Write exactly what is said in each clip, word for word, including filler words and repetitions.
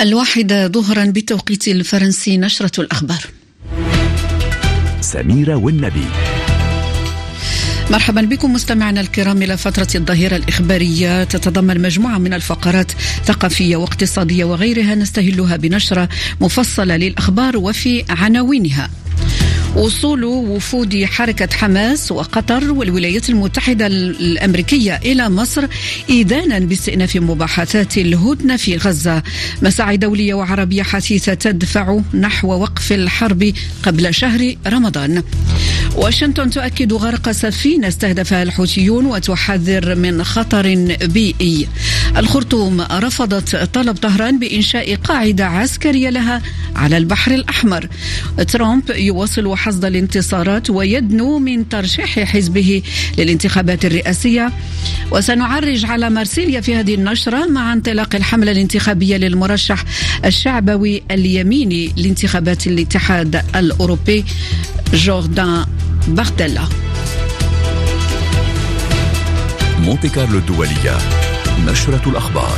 الواحدة ظهرا بالتوقيت الفرنسي. نشرة الأخبار سميرة والنبي. مرحبا بكم مستمعنا الكرام إلى فترة الظهيرة الإخبارية تتضمن مجموعة من الفقرات ثقافية واقتصادية وغيرها، نستهلها بنشرة مفصلة للأخبار وفي عناوينها: وصول وفود حركة حماس وقطر والولايات المتحدة الأمريكية إلى مصر إذانا باستئناف مباحثات الهدنة في غزة. مساعي دولية وعربية حثيثة تدفع نحو وقف الحرب قبل شهر رمضان. واشنطن تؤكد غرق سفينة استهدفها الحوثيون وتحذر من خطر بيئي. الخرطوم رفضت طلب طهران بإنشاء قاعدة عسكرية لها على البحر الأحمر. ترامب يواصل حصد الانتصارات ويدنو من ترشيح حزبه للانتخابات الرئاسية. وسنعرج على مارسيليا في هذه النشرة مع انطلاق الحملة الانتخابية للمرشح الشعبوي اليميني لانتخابات الاتحاد الأوروبي جوردان بارديلا. مونتي كارلو الدولية. نشرة الأخبار.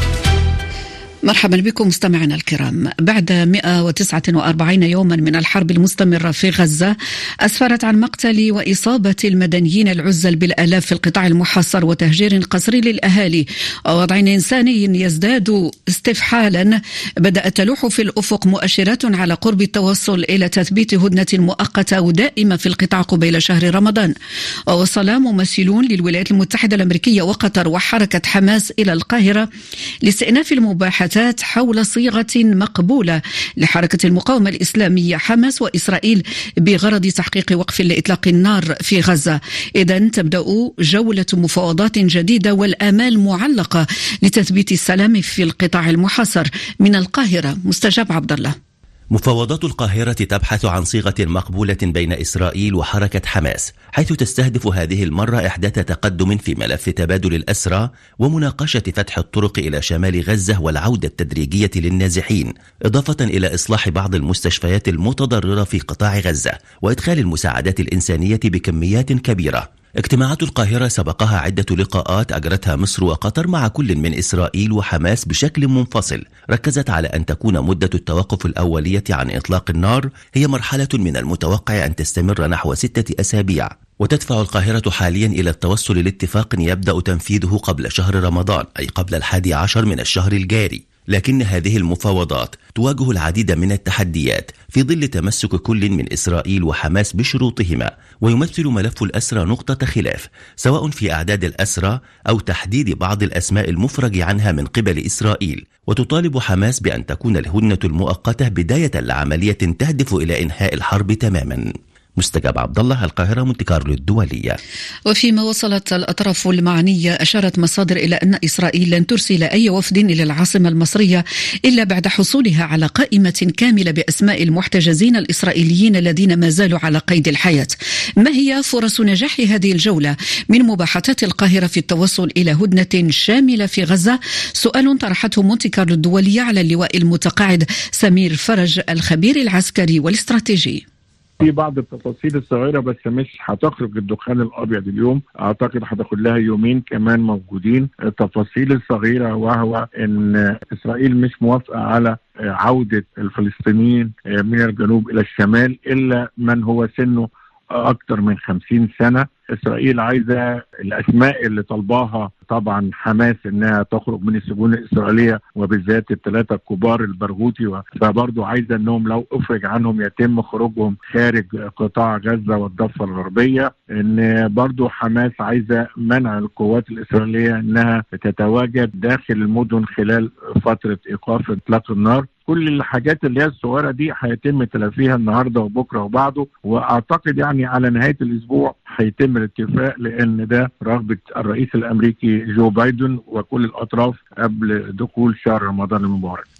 مرحبا بكم مستمعينا الكرام. بعد مئة وتسعة وأربعين يوما من الحرب المستمرة في غزة أسفرت عن مقتل وإصابة المدنيين العزل بالآلاف في القطاع المحاصر وتهجير قسري للأهالي ووضع إنساني يزداد استفحالا. بدأت تلوح في الأفق مؤشرات على قرب التوصل إلى تثبيت هدنة مؤقتة ودائمة في القطاع قبيل شهر رمضان. ووصل ممثلون للولايات المتحدة الأمريكية وقطر وحركة حماس إلى القاهرة لاستئناف المباحثات حول صيغة مقبولة لحركة المقاومة الإسلامية حماس وإسرائيل بغرض تحقيق وقف لإطلاق النار في غزة. إذن تبدأ جولة مفاوضات جديدة والآمال معلقة لتثبيت السلام في القطاع المحاصر. من القاهرة مستجاب عبد الله. مفاوضات القاهرة تبحث عن صيغة مقبولة بين إسرائيل وحركة حماس، حيث تستهدف هذه المرة إحداث تقدم في ملف تبادل الأسرى ومناقشة فتح الطرق إلى شمال غزة والعودة التدريجية للنازحين، إضافة إلى إصلاح بعض المستشفيات المتضررة في قطاع غزة وإدخال المساعدات الإنسانية بكميات كبيرة. اجتماعات القاهرة سبقها عدة لقاءات أجرتها مصر وقطر مع كل من إسرائيل وحماس بشكل منفصل، ركزت على أن تكون مدة التوقف الأولية عن إطلاق النار هي مرحلة من المتوقع أن تستمر نحو ستة أسابيع. وتدفع القاهرة حاليا إلى التوصل لاتفاق يبدأ تنفيذه قبل شهر رمضان، أي قبل الحادي عشر من الشهر الجاري. لكن هذه المفاوضات تواجه العديد من التحديات في ظل تمسك كل من إسرائيل وحماس بشروطهما، ويمثل ملف الأسرى نقطة خلاف سواء في أعداد الأسرى أو تحديد بعض الأسماء المفرج عنها من قبل إسرائيل. وتطالب حماس بأن تكون الهدنة المؤقتة بداية لعملية تهدف إلى إنهاء الحرب تماما. مستجاب عبد الله، القاهرة، مونتي كارلو الدولية. وفيما وصلت الأطراف المعنية أشارت مصادر إلى أن إسرائيل لن ترسل أي وفد إلى العاصمة المصرية إلا بعد حصولها على قائمة كاملة بأسماء المحتجزين الإسرائيليين الذين ما زالوا على قيد الحياة. ما هي فرص نجاح هذه الجولة من مباحثات القاهرة في التوصل إلى هدنة شاملة في غزة؟ سؤال طرحته مونتي كارلو الدولية على اللواء المتقاعد سمير فرج الخبير العسكري والاستراتيجي. في بعض التفاصيل الصغيرة بس مش هتخرج الدخان الأبيض اليوم، أعتقد هتاخد لها يومين كمان موجودين. التفاصيل الصغيرة وهو إن إسرائيل مش موافقة على عودة الفلسطينيين من الجنوب إلى الشمال إلا من هو سنه أكثر من خمسين سنة. إسرائيل عايزة الأسماء اللي طلباها طبعا حماس إنها تخرج من السجون الإسرائيلية وبالذات الثلاثة الكبار البرغوثي، فبرضو عايزة إنهم لو أفرج عنهم يتم خروجهم خارج قطاع غزة والضفة الغربية. إن برضو حماس عايزة منع القوات الإسرائيلية إنها تتواجد داخل المدن خلال فترة إيقاف إطلاق النار. كل الحاجات اللي هي الصغيرة دي هيتم تلافيها النهاردة وبكرة وبعده، وأعتقد يعني على نهاية الأسبوع هيتم الاتفاق، لأن ده رغبة الرئيس الأمريكي جو بايدن وكل الأطراف قبل دخول شهر رمضان المبارك.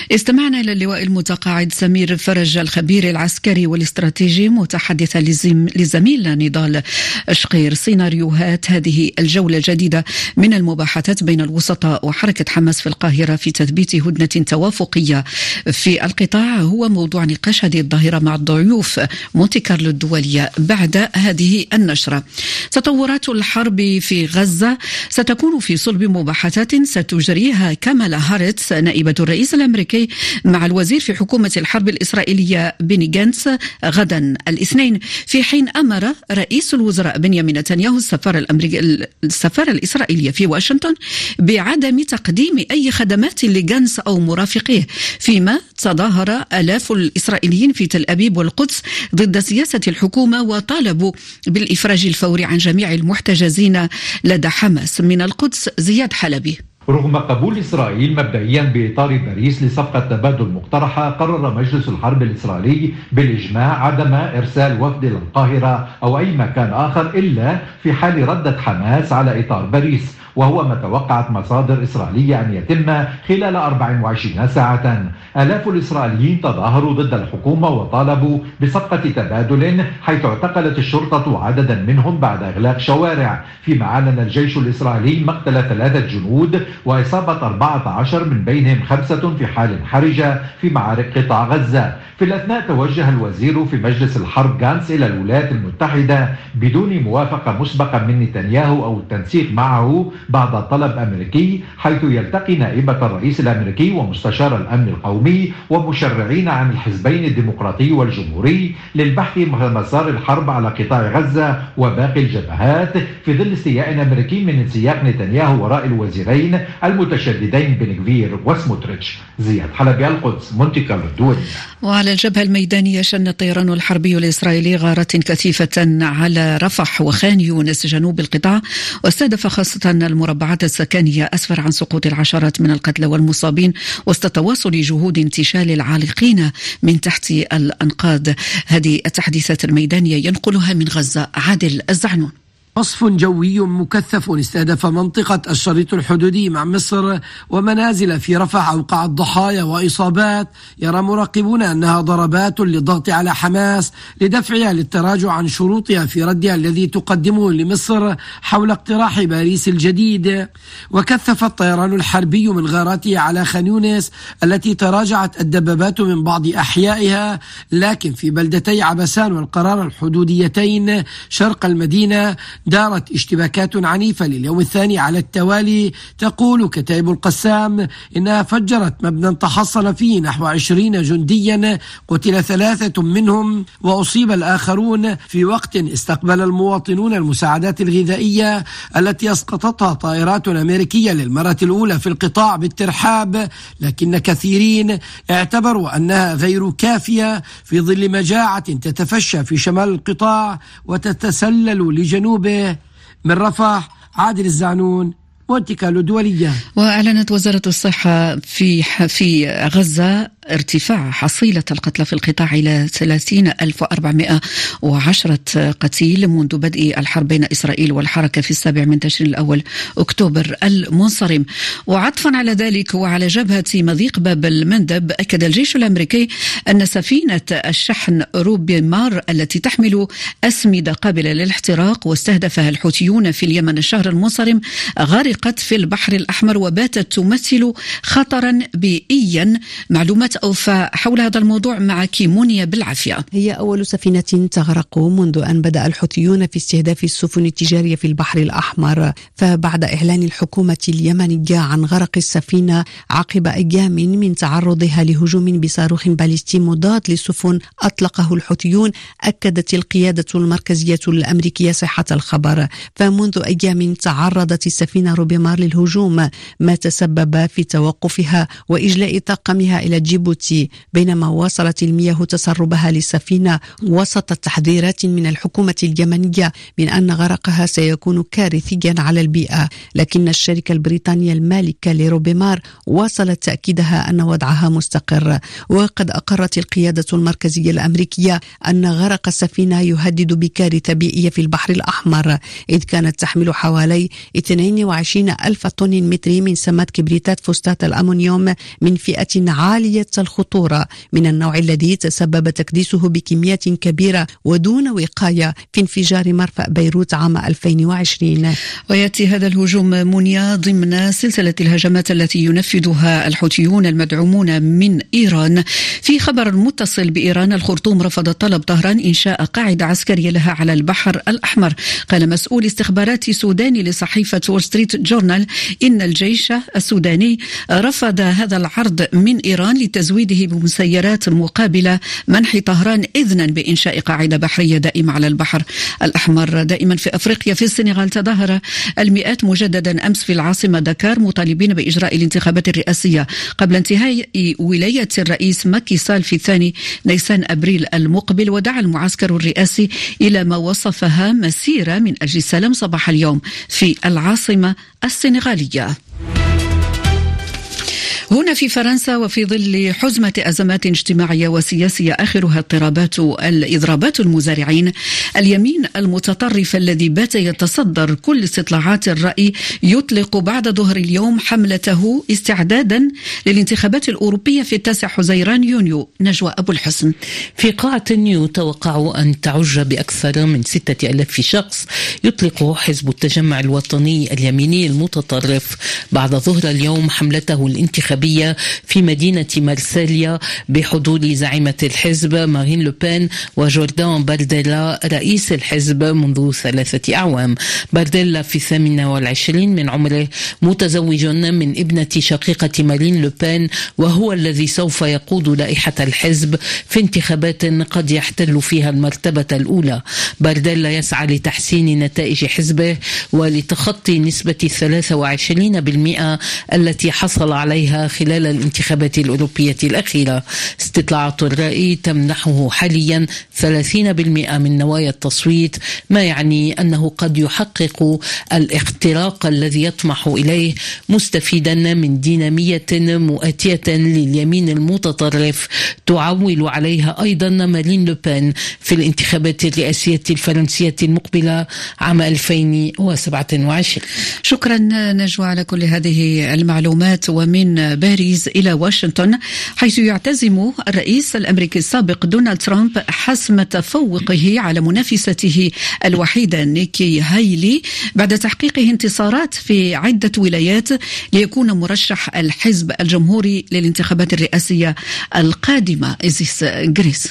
استمعنا إلى اللواء المتقاعد سمير فرج الخبير العسكري والاستراتيجي متحدثا لزميلنا نضال شقير سيناريوهات هذه الجولة الجديدة من المباحثات بين الوسطاء وحركة حماس في القاهرة في تثبيت هدنة توافقية في القطاع هو موضوع نقاش هذه الظاهرة مع الضيوف مونتي كارلو الدولية بعد هذه النشرة. تطورات الحرب في غزة ستكون في صلب مباحثات ستجريها كامالا هاريتس نائبة الرئيس الأمريكي مع الوزير في حكومة الحرب الإسرائيلية بيني جانتس غدا الاثنين، في حين أمر رئيس الوزراء بنيامين نتنياهو السفارة الأمريكية السفارة الإسرائيلية في واشنطن بعدم تقديم أي خدمات لجانتس أو مرافقيه، فيما تظاهر آلاف الإسرائيليين في تل أبيب والقدس ضد سياسة الحكومة وطالبوا بالإفراج الفوري عن جميع المحتجزين لدى حماس. من القدس زياد حلبي. رغم قبول إسرائيل مبدئيا بإطار باريس لصفقة تبادل مقترحة، قرر مجلس الحرب الإسرائيلي بالإجماع عدم إرسال وفد للقاهرة أو أي مكان آخر إلا في حال ردت حماس على إطار باريس، وهو ما توقعت مصادر إسرائيلية أن يتم خلال أربع وعشرين ساعة. آلاف الإسرائيليين تظاهروا ضد الحكومة وطالبوا بصفقة تبادل، حيث اعتقلت الشرطة عددا منهم بعد إغلاق شوارع، فيما أعلن الجيش الإسرائيلي مقتل ثلاثة جنود وإصابة أربعة عشر من بينهم خمسة في حال حرجة في معارك قطاع غزة. في الأثناء توجه الوزير في مجلس الحرب جانتس إلى الولايات المتحدة بدون موافقة مسبقة من نتنياهو أو التنسيق معه بعد طلب أمريكي، حيث يلتقي نائبة الرئيس الأمريكي ومستشار الأمن القومي ومشرعين عن الحزبين الديمقراطي والجمهوري للبحث عن مسار الحرب على قطاع غزة وباقي الجبهات، في ظل استياء أمريكي من انسياق نتنياهو وراء الوزيرين المتشددين بن غفير وسموتريتش. زياد حلبي، القدس، مونتي كارلو الدولية. وعلى الجبهة الميدانية شن الطيران الحربي الإسرائيلي غارات كثيفة على رفح وخان يونس جنوب القطاع، واستهدف خاصة المربعات السكنية، أسفر عن سقوط العشرات من القتلى والمصابين وسط تواصل جهود انتشال العالقين من تحت الأنقاض. هذه التحديثات الميدانية ينقلها من غزة عادل الزعنون. قصف جوي مكثف استهدف منطقة الشريط الحدودي مع مصر ومنازل في رفح أوقعت ضحايا وإصابات يرى مراقبون أنها ضربات للضغط على حماس لدفعها للتراجع عن شروطها في ردها الذي تقدمه لمصر حول اقتراح باريس الجديد. وكثف الطيران الحربي من غاراته على خان يونس التي تراجعت الدبابات من بعض أحيائها، لكن في بلدتي عبسان والقرار الحدوديتين شرق المدينة دارت اشتباكات عنيفة لليوم الثاني على التوالي. تقول كتائب القسام إنها فجرت مبنى تحصن فيه نحو عشرين جنديا، قتل ثلاثة منهم وأصيب الآخرون، في وقت استقبل المواطنون المساعدات الغذائية التي أسقطتها طائرات أمريكية للمرة الأولى في القطاع بالترحاب، لكن كثيرين اعتبروا أنها غير كافية في ظل مجاعة تتفشى في شمال القطاع وتتسلل لجنوبه. من رفح عادل الزعنون، مونتي كارلو الدولية. وأعلنت وزارة الصحة في في غزة ارتفاع حصيلة القتلى في القطاع إلى ثلاثين ألف وأربعمائة وعشرة قتيل منذ بدء الحرب بين إسرائيل والحركة في السابع من تشرين الأول أكتوبر المنصرم. وعطفا على ذلك وعلى جبهة مضيق باب المندب، أكد الجيش الأمريكي أن سفينة الشحن روبي مار التي تحمل أسمدة قابلة للاحتراق واستهدفها الحوثيون في اليمن الشهر المنصرم غرقت في البحر الأحمر وباتت تمثل خطرا بيئيا. معلومات أوفى حول هذا الموضوع مع كيمونيا بالعافية. هي أول سفينة تغرق منذ أن بدأ الحوثيون في استهداف السفن التجارية في البحر الأحمر، فبعد إعلان الحكومة اليمنية عن غرق السفينة عقب أيام من تعرضها لهجوم بصاروخ باليستي مضاد للسفن أطلقه الحوثيون، أكدت القيادة المركزية الأمريكية صحة الخبر. فمنذ أيام تعرضت السفينة روبي مار للهجوم، ما تسبب في توقفها وإجلاء طاقمها إلى جيبوتي، بينما واصلت المياه تسربها للسفينة وسط تحذيرات من الحكومة اليمنية من أن غرقها سيكون كارثيا على البيئة. لكن الشركة البريطانية المالكة لروبي مار واصلت تأكيدها أن وضعها مستقر. وقد أقرت القيادة المركزية الأمريكية أن غرق السفينة يهدد بكارثة بيئية في البحر الأحمر، إذ كانت تحمل حوالي اثنين وعشرين وعشرين ألف طن متري من سمات كبريتات فوسفات الأمونيوم من فئة عالية الخطورة من النوع الذي تسبب تكديسه بكميات كبيرة ودون وقاية في انفجار مرفأ بيروت عام ألفين وعشرين. ويأتي هذا الهجوم منيا ضمن سلسلة الهجمات التي ينفذها الحوثيون المدعومون من إيران. في خبر متصل بإيران، الخرطوم رفضت طلب طهران إنشاء قاعدة عسكرية لها على البحر الأحمر. قال مسؤول استخباراتي سوداني لصحيفة وول ستريت جورنال إن الجيش السوداني رفض هذا العرض من إيران لتزويده بمسيرات مقابل منح طهران إذنا بإنشاء قاعدة بحرية دائمة على البحر الأحمر. دائما في أفريقيا، في السنغال تظاهر المئات مجددا أمس في العاصمة دكار مطالبين بإجراء الانتخابات الرئاسية قبل انتهاء ولاية الرئيس ماكي سال في الثاني نيسان أبريل المقبل. ودعا المعسكر الرئاسي إلى ما وصفها مسيرة من أجل السلام صباح اليوم في العاصمة السنغالية. هنا في فرنسا، وفي ظل حزمة أزمات اجتماعية وسياسية آخرها اضطرابات الإضرابات المزارعين، اليمين المتطرف الذي بات يتصدر كل استطلاعات الرأي يطلق بعد ظهر اليوم حملته استعدادا للانتخابات الأوروبية في التاسع حزيران يونيو. نجوى أبو الحسن. في قاعة يتوقع أن تعج بأكثر من ستة ألاف شخص، يطلق حزب التجمع الوطني اليميني المتطرف بعد ظهر اليوم حملته الانتخابية في مدينة مارسيليا بحضور زعيمة الحزب مارين لوبين وجوردان بارديلا رئيس الحزب منذ ثلاثة أعوام. بارديلا في الثامنة والعشرين من عمره، متزوج من ابنة شقيقة مارين لوبين، وهو الذي سوف يقود لائحة الحزب في انتخابات قد يحتل فيها المرتبة الأولى. بارديلا يسعى لتحسين نتائج حزبه ولتخطي نسبة ثلاثة وعشرين بالمئة التي حصل عليها خلال الانتخابات الأوروبية الأخيرة. استطلاعات الرأي تمنحه حاليا ثلاثين بالمئة من نوايا التصويت، ما يعني أنه قد يحقق الاختراق الذي يطمح إليه، مستفيدا من دينامية مؤتية لليمين المتطرف تعول عليها أيضا مارين لوبين في الانتخابات الرئاسية الفرنسية المقبلة عام ألفين وسبعة وعشرين. شكرا نجوى على كل هذه المعلومات. ومن باريس إلى واشنطن، حيث يعتزم الرئيس الأمريكي السابق دونالد ترامب حسم تفوقه على منافسته الوحيدة نيكي هايلي بعد تحقيقه انتصارات في عدة ولايات ليكون مرشح الحزب الجمهوري للانتخابات الرئاسية القادمة. إزيس جريس.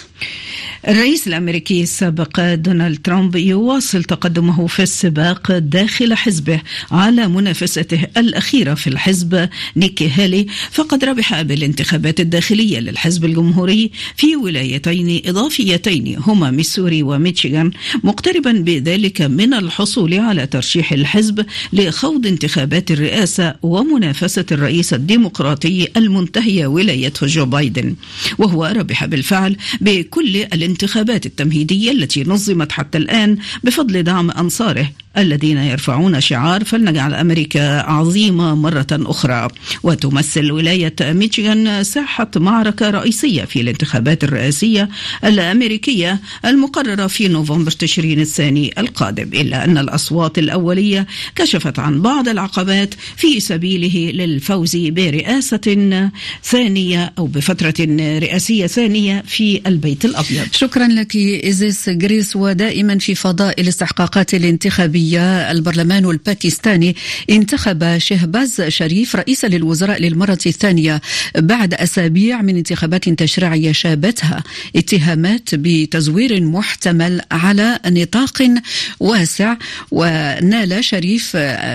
الرئيس الأمريكي السابق دونالد ترامب يواصل تقدمه في السباق داخل حزبه على منافسته الأخيرة في الحزب نيكي هالي، فقد ربح بالانتخابات الداخلية للحزب الجمهوري في ولايتين إضافيتين هما ميسوري وميشيغان، مقتربا بذلك من الحصول على ترشيح الحزب لخوض انتخابات الرئاسة ومنافسة الرئيس الديمقراطي المنتهي ولايته جو بايدن. وهو ربح بالفعل بكل الانتخابات التمهيدية التي نظمت حتى الآن بفضل دعم أنصاره الذين يرفعون شعار فلنجعل أمريكا عظيمة مرة أخرى. وتمثل ولاية ميشيغان ساحة معركة رئيسية في الانتخابات الرئاسية الأمريكية المقررة في نوفمبر تشرين الثاني القادم، إلا أن الأصوات الأولية كشفت عن بعض العقبات في سبيله للفوز برئاسة ثانية أو بفترة رئاسية ثانية في البيت الأبيض. شكرا لك إزيس جريس. ودائما في فضاء الاستحقاقات الانتخابية، البرلمان الباكستاني انتخب شهباز شريف رئيسا للوزراء للمرة الثانية بعد أسابيع من انتخابات تشريعية شابتها اتهامات بتزوير محتمل على نطاق واسع. ونال شريف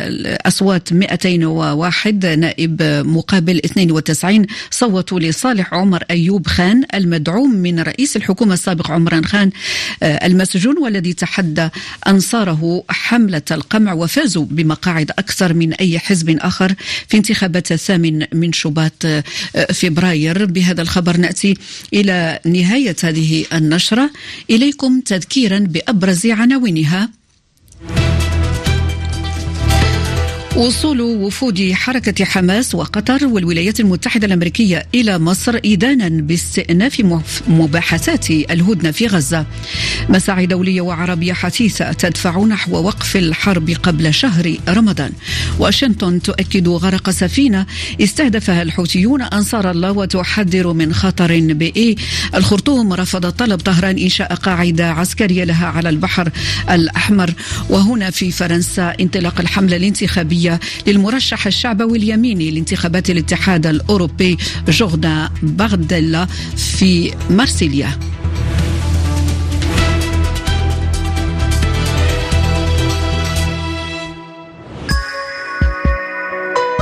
أصوات مئتين وواحد نائب مقابل اثنين وتسعين صوتوا لصالح عمر أيوب خان المدعوم من رئيس الحكومة السابق عمران خان المسجون، والذي تحدى أنصاره حملة القمع وفازوا بمقاعد أكثر من أي حزب آخر في انتخابات الثامن من شباط فبراير. بهذا الخبر نأتي إلى نهاية هذه النشرة. إليكم تذكيرا بأبرز عناوينها. وصول وفود حركة حماس وقطر والولايات المتحدة الأمريكية إلى مصر إدانا باستئناف مباحثات الهدنة في غزة. مساعي دولية وعربية حثيثة تدفع نحو وقف الحرب قبل شهر رمضان. واشنطن تؤكد غرق سفينة استهدفها الحوثيون أنصار الله وتحذر من خطر بإيه. الخرطوم رفض طلب طهران إنشاء قاعدة عسكرية لها على البحر الأحمر. وهنا في فرنسا انطلاق الحملة الانتخابية للمرشح الشعبوي اليميني لانتخابات الاتحاد الأوروبي جوردان بارديلا في مارسيليا.